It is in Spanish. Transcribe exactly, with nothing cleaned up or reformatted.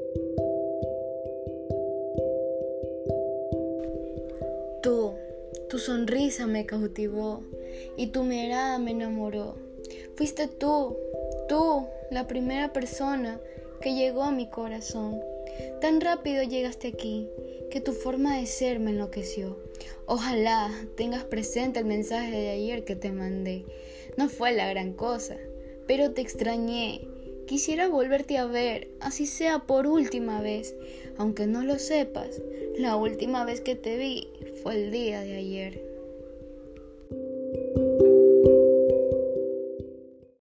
Tú, tu sonrisa me cautivó y tu mirada me enamoró. Fuiste tú, tú, la primera persona que llegó a mi corazón. Tan rápido llegaste aquí que tu forma de ser me enloqueció. Ojalá tengas presente el mensaje de ayer que te mandé. No fue la gran cosa, pero te extrañé. Quisiera volverte a ver, así sea por última vez. Aunque no lo sepas, la última vez que te vi fue el día de ayer.